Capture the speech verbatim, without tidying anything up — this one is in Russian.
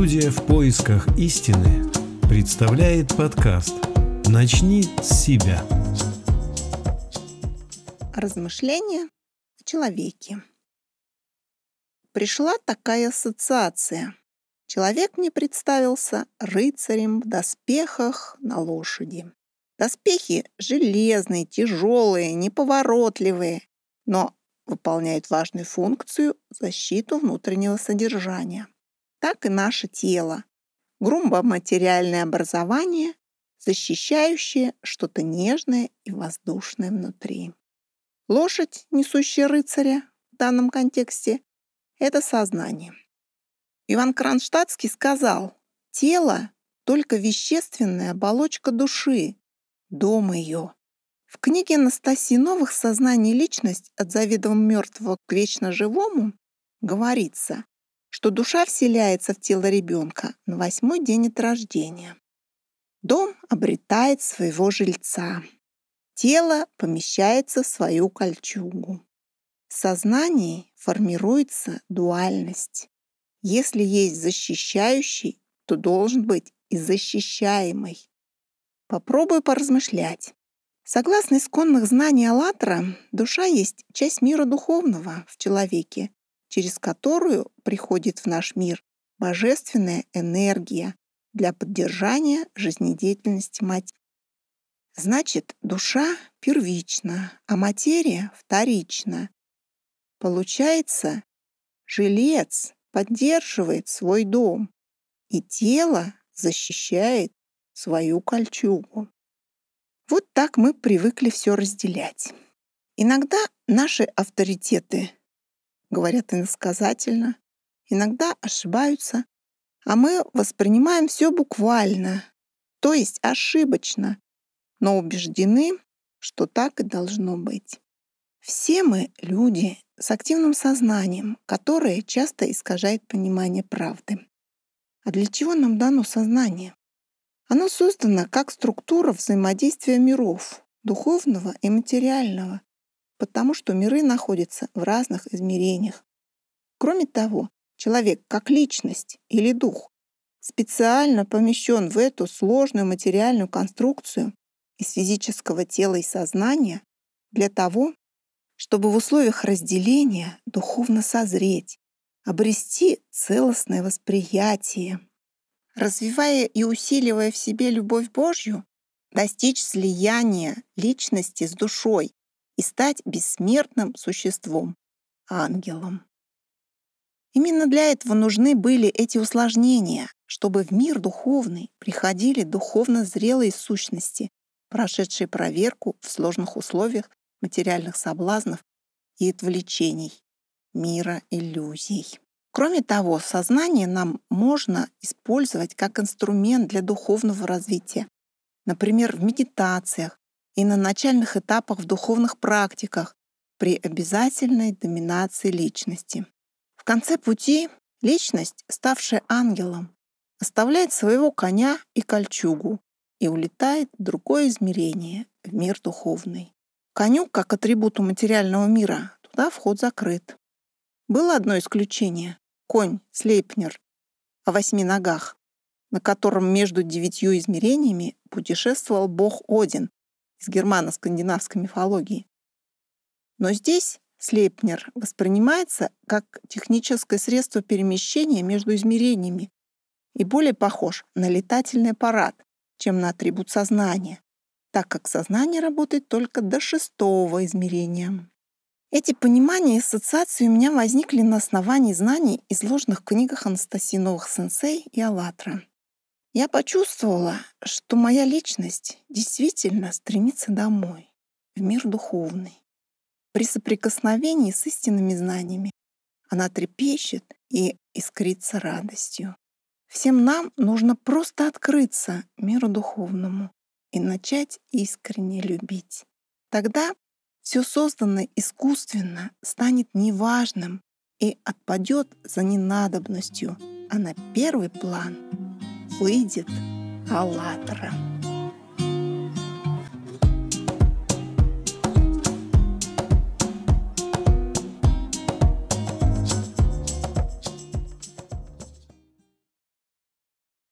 Студия «В поисках истины» представляет подкаст «Начни с себя». Размышления о человеке. Пришла такая ассоциация. Человек мне представился рыцарем в доспехах на лошади. Доспехи железные, тяжелые, неповоротливые, но выполняют важную функцию — защиту внутреннего содержания. Так и наше тело. Грубо-материальное образование, защищающее что-то нежное и воздушное внутри. Лошадь, несущая рыцаря в данном контексте, — это сознание. Иван Кронштадтский сказал: «Тело — только вещественная оболочка души, дом ее». В книге Анастасии Новых «Сознание и личность. От заведомо мертвого к вечно живому» говорится, что душа вселяется в тело ребенка на восьмой день от рождения. Дом обретает своего жильца. Тело помещается в свою кольчугу. В сознании формируется дуальность. Если есть защищающий, то должен быть и защищаемый. Попробую поразмышлять. Согласно исконных знаний «АЛЛАТРА», душа есть часть мира духовного в человеке, через которую приходит в наш мир божественная энергия для поддержания жизнедеятельности материи. Значит, душа первична, а материя вторична. Получается, жилец поддерживает свой дом, и тело защищает свою кольчугу. Вот так мы привыкли все разделять. Иногда наши авторитеты говорят иносказательно, иногда ошибаются, а мы воспринимаем все буквально, то есть ошибочно, но убеждены, что так и должно быть. Все мы люди с активным сознанием, которое часто искажает понимание правды. А для чего нам дано сознание? Оно создано как структура взаимодействия миров, духовного и материального, потому что миры находятся в разных измерениях. Кроме того, человек как личность или дух специально помещен в эту сложную материальную конструкцию из физического тела и сознания для того, чтобы в условиях разделения духовно созреть, обрести целостное восприятие. Развивая и усиливая в себе любовь Божью, достичь слияния личности с душой и стать бессмертным существом, ангелом. Именно для этого нужны были эти усложнения, чтобы в мир духовный приходили духовно зрелые сущности, прошедшие проверку в сложных условиях материальных соблазнов и отвлечений мира иллюзий. Кроме того, сознание нам можно использовать как инструмент для духовного развития, например, в медитациях и на начальных этапах в духовных практиках при обязательной доминации личности. В конце пути личность, ставшая ангелом, оставляет своего коня и кольчугу и улетает в другое измерение, в мир духовный. Коню, как атрибуту материального мира, туда вход закрыт. Было одно исключение — конь Слейпнир о восьми ногах, на котором между девятью измерениями путешествовал бог Один из германо-скандинавской мифологии. Но здесь Слейпнир воспринимается как техническое средство перемещения между измерениями и более похож на летательный аппарат, чем на атрибут сознания, так как сознание работает только до шестого измерения. Эти понимания и ассоциации у меня возникли на основании знаний, изложенных в книгах Анастасии Новых сенсей и «АЛЛАТРА». Я почувствовала, что моя личность действительно стремится домой, в мир духовный. При соприкосновении с истинными знаниями она трепещет и искрится радостью. Всем нам нужно просто открыться миру духовному и начать искренне любить. Тогда все созданное искусственно станет неважным и отпадет за ненадобностью, а на первый план выйдет «АЛЛАТРА».